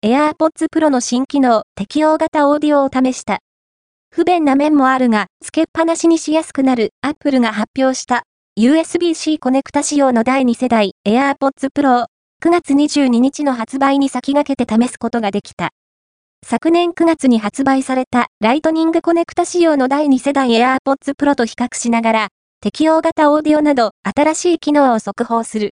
AirPods Pro の新機能、適用型オーディオを試した。不便な面もあるが、つけっぱなしにしやすくなる Apple が発表した USB-C コネクタ仕様の第2世代 AirPods Pro を9月22日の発売に先駆けて試すことができた。昨年9月に発売されたライトニングコネクタ仕様の第2世代 AirPods Pro と比較しながら、適用型オーディオなど新しい機能を速報する。